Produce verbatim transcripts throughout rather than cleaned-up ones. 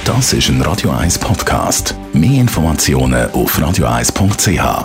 Das ist ein Radio eins Podcast. Mehr Informationen auf radio eins punkt c h.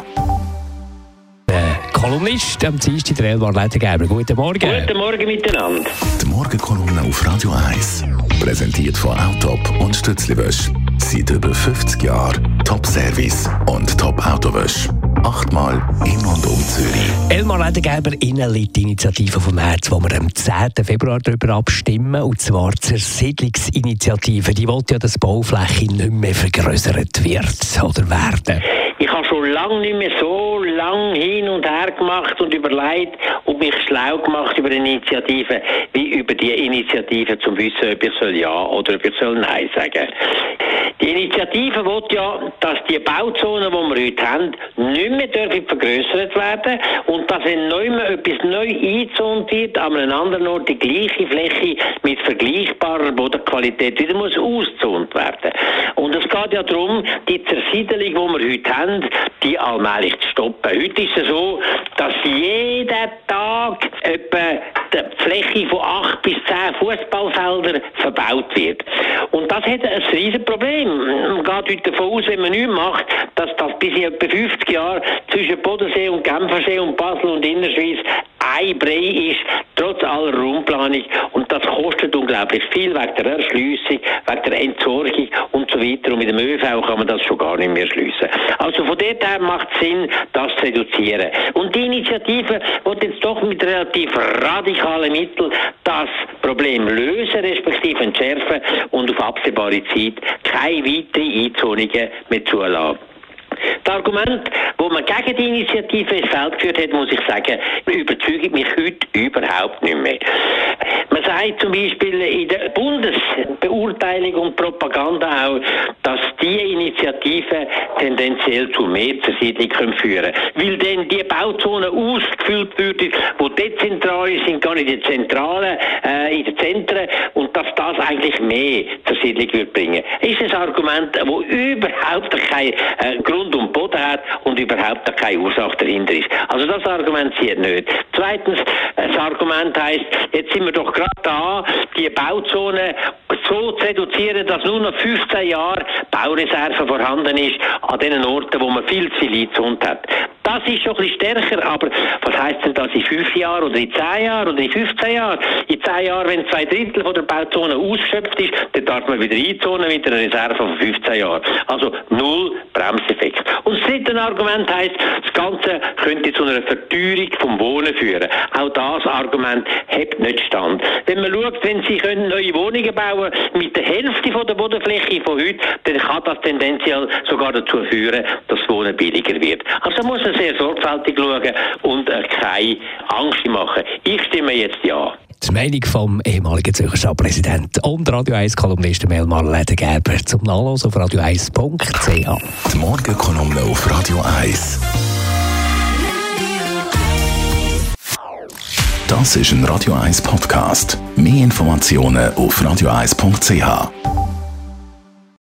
Der Kolumnist am Dienstag, der Elmar Ledergerber. Guten Morgen. Guten Morgen miteinander. Die Morgenkolumne auf Radio eins. Präsentiert von Autop und Stützliwösch. Seit über fünfzig Jahren Top-Service und Top-Autowösch. Achtmal in und um Zürich. Elmar Ledergerber, Ihnen liegt die Initiative vom März, wo wir am zehnten Februar darüber abstimmen, und zwar die Zersiedlungsinitiative. Die will ja, dass die Baufläche nicht mehr vergrößert wird oder werden. Ich habe schon lange nicht mehr so lang hin und her gemacht und überlegt und mich schlau gemacht über Initiativen wie über die Initiative zum Wissen, ob ich soll Ja oder ob ich soll Nein sagen. Die Initiative will ja, dass die Bauzonen, die wir heute haben, nicht mehr dürfen vergrößert werden und dass wenn neu etwas neu eingezont wird, an einem anderen Ort die gleiche Fläche mit vergleichbarer Bodenqualität wieder muss ausgezont werden. Und es geht ja darum, die Zersiedelung, die wir heute haben, die allmählich zu stoppen. Heute ist es so, dass jeden Tag etwa die Fläche von acht bis zehn Fußballfeldern verbaut wird. Und das hat ein riesiges Problem. Man geht heute davon aus, wenn man nichts macht, dass das bis in etwa fünfzig Jahren zwischen Bodensee und Genfersee und Basel und Innerschweiz ein Brei ist, trotz aller Raumplanung. Und das kostet unglaublich viel, wegen der Erschliessung, wegen der Entsorgung und so weiter. Und mit dem ÖV kann man das schon gar nicht mehr schliessen. Also von dort her macht es Sinn, das zu reduzieren. Und die Initiative wird jetzt doch mit relativ radikalen Mitteln das Problem lösen, respektive entschärfen und auf absehbare Zeit keine weiteren Einzonungen mehr zulassen. Das Argument, das man gegen die Initiative ins Feld geführt hat, muss ich sagen, überzeugt mich heute überhaupt nicht mehr. Man sagt zum Beispiel in der Bundesbeurteilung und Propaganda auch, dass diese Initiative tendenziell zu mehr Zersiedlung führen können. Weil dann die Bauzonen ausgefüllt würden, die dezentral sind, gar nicht die Zentralen, äh, in den Zentren, und dass das eigentlich mehr Zersiedlung würde bringen. Ist ein Argument, das überhaupt keinen äh, Grund und Boden hat und überhaupt keine Ursache dahinter ist. Also das Argument zieht nicht. Zweitens, das Argument heisst, jetzt sind wir doch gerade da, die Bauzone so zu reduzieren, dass nur noch fünfzehn Jahre Baureserve vorhanden ist an den Orten, wo man viel zu viel eingezont hat. Das ist schon ein bisschen stärker, aber was heisst denn das in fünf Jahren oder in zehn Jahren oder in fünfzehn Jahren? In zehn Jahren, wenn zwei Drittel von der Bauzone ausgeschöpft ist, dann darf man wieder einzonen mit einer Reserve von fünfzehn Jahren. Also null Bremseffekt. Und das dritte Argument heisst, das Ganze könnte zu einer Verteuerung vom Wohnen führen. Auch das Argument hat nicht stand. Wenn man schaut, wenn Sie können neue Wohnungen bauen mit der Hälfte von der Bodenfläche von heute, dann kann das tendenziell sogar dazu führen, dass das Wohnen billiger wird. Also da muss man sehr sorgfältig schauen und äh, keine Angst machen. Ich stimme jetzt ja. Die Meinung vom ehemaligen Zürcher Stadtpräsidenten und Radio eins Kolumnisten Elmar Ledergerber zum Nachlesen auf radio eins punkt c h. Die Morgenkolumne auf Radio eins. Das ist ein Radio eins Podcast. Mehr Informationen auf radio eins punkt c h.